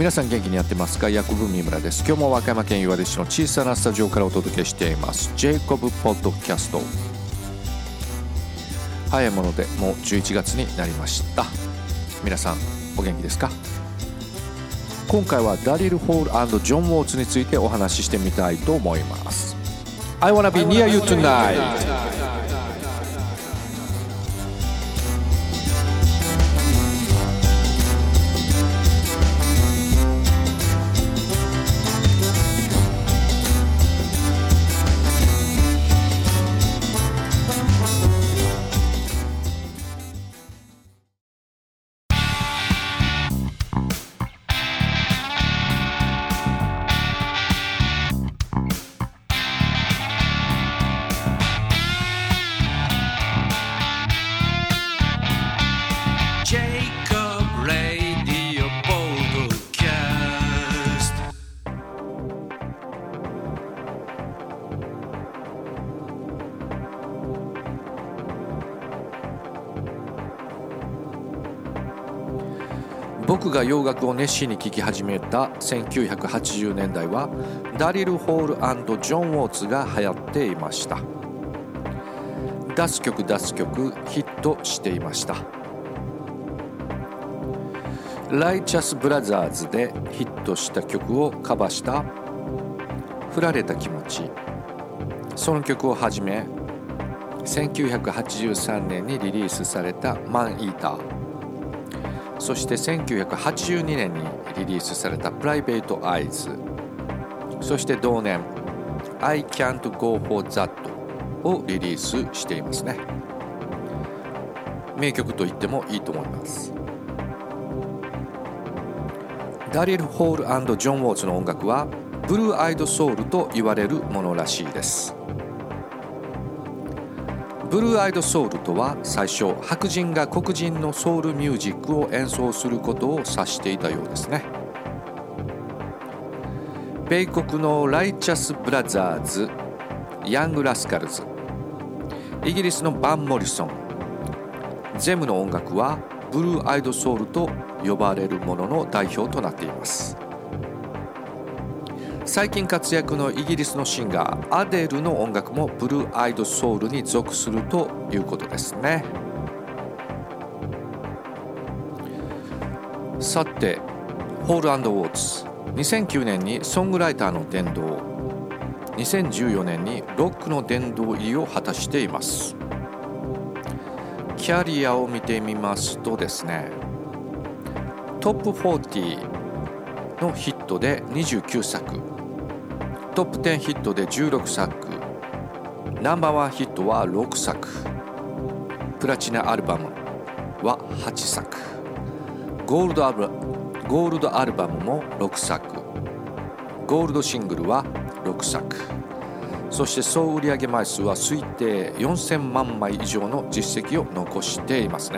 皆さん元気にやってますか？ヤコブ三村です。今日も和歌山県岩出市の小さなスタジオからお届けしていますジェイコブポッドキャスト。早いものでもう11月になりました。皆さんお元気ですか？今回はダリル・ホール&ジョン・ウォーツについてお話ししてみたいと思います。 I wanna be near you tonight。僕が洋楽を熱心に聴き始めた1980年代はダリル・ホール&ジョン・ウォーツが流行っていました。出す曲ヒットしていました。ライチャス・ブラザーズでヒットした曲をカバーした振られた気持ち、その曲をはじめ1983年にリリースされたマン・イーター、そして1982年にリリースされたプライベート・アイズ、そして同年 I Can't Go For That をリリースしていますね。名曲と言ってもいいと思います。ダリル・ホール&ジョン・ウォーツの音楽はブルーアイドソウルと言われるものらしいです。ブルーアイドソウルとは最初白人が黒人のソウルミュージックを演奏することを指していたようですね。米国のライチャス・ブラザーズ、ヤング・ラスカルズ、イギリスのバン・モリソン、ゼムの音楽はブルーアイドソウルと呼ばれるものの代表となっています。最近活躍のイギリスのシンガーアデルの音楽もブルーアイドソウルに属するということですね。さて、ホール&ウォーツ、2009年にソングライターの殿堂、2014年にロックの殿堂入りを果たしています。キャリアを見てみますとですね、トップ40のヒットで29作、トップ10ヒットで16作、ナンバーワンヒットは6作、プラチナアルバムは8作、ゴールドアルバムも6作、ゴールドシングルは6作、そして総売上枚数は推定4000万枚以上の実績を残していますね。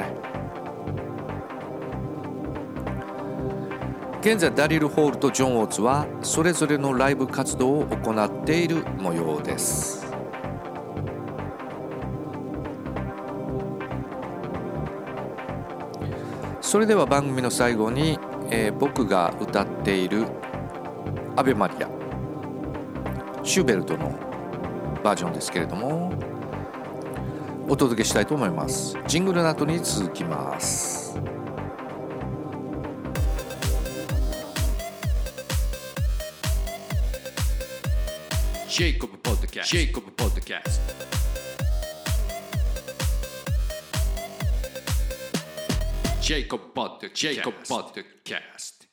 現在ダリル・ホールとジョン・ウォーツはそれぞれのライブ活動を行っている模様です。それでは番組の最後に、僕が歌っているアベマリア、シューベルトのバージョンですけれどもお届けしたいと思います。ジングルの後に続きます。ジェイコブポッドキャスト、ジェイコブポッドキャスト、ジェイコブポッドキャスト、ジェイコブポッドキャスト。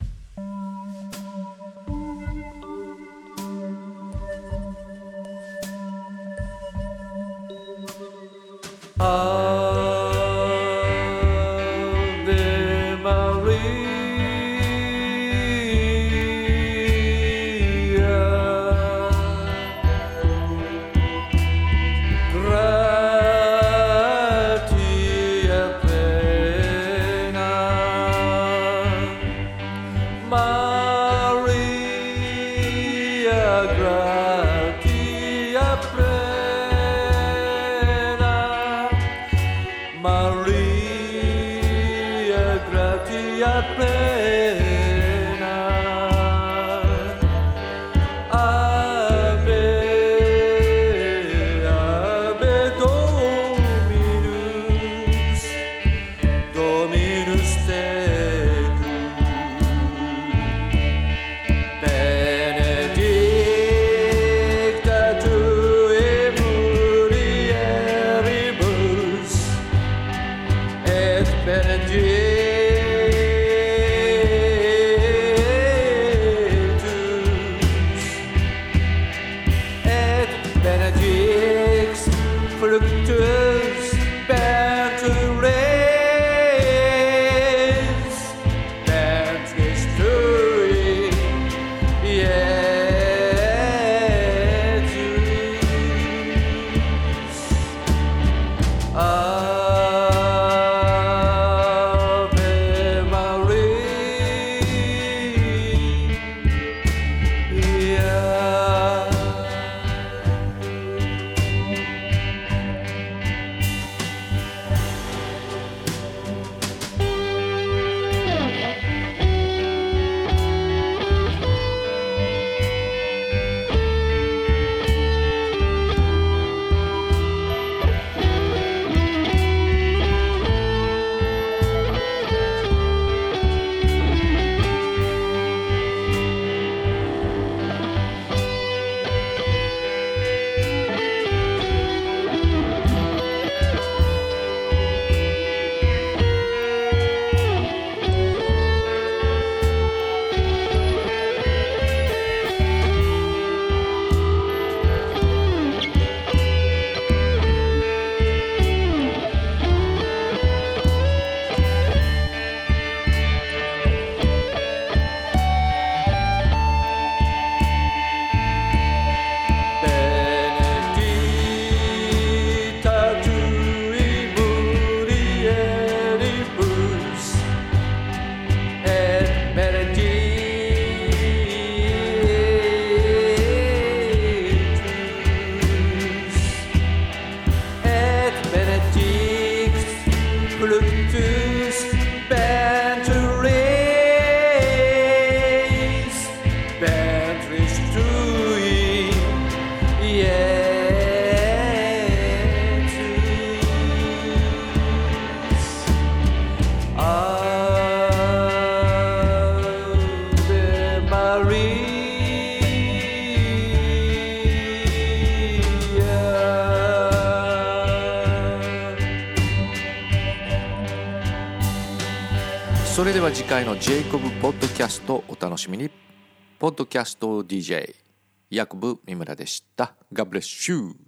それでは次回のジェイコブポッドキャストお楽しみに。ポッドキャスト DJ ヤコブ三村でした。God bless you。